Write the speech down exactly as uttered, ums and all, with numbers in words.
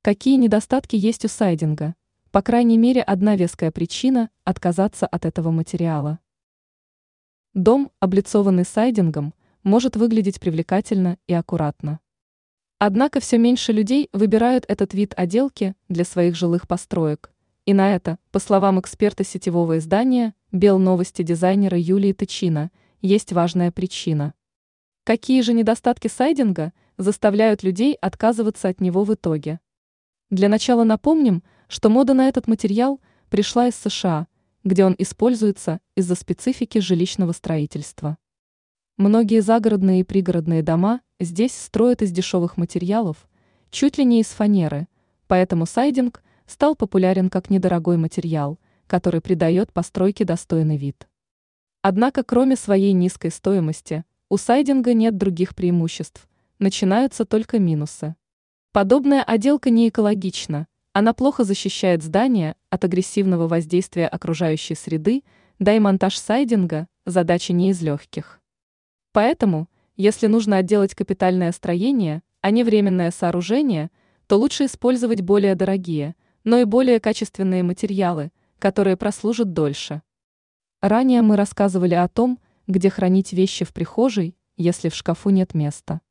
Какие недостатки есть у сайдинга? По крайней мере, одна веская причина – отказаться от этого материала. Дом, облицованный сайдингом, может выглядеть привлекательно и аккуратно. Однако все меньше людей выбирают этот вид отделки для своих жилых построек. И на это, по словам эксперта сетевого издания «Белновости» дизайнера Юлии Тычина, есть важная причина. Какие же недостатки сайдинга заставляют людей отказываться от него в итоге? Для начала напомним, что мода на этот материал пришла из США, где он используется из-за специфики жилищного строительства. Многие загородные и пригородные дома здесь строят из дешевых материалов, чуть ли не из фанеры, поэтому сайдинг стал популярен как недорогой материал, который придает постройке достойный вид. Однако, кроме своей низкой стоимости, у сайдинга нет других преимуществ, начинаются только минусы. Подобная отделка не экологична, она плохо защищает здание от агрессивного воздействия окружающей среды, да и монтаж сайдинга – задача не из легких. Поэтому, если нужно отделать капитальное строение, а не временное сооружение, то лучше использовать более дорогие, но и более качественные материалы, которые прослужат дольше. Ранее мы рассказывали о том, где хранить вещи в прихожей, если в шкафу нет места.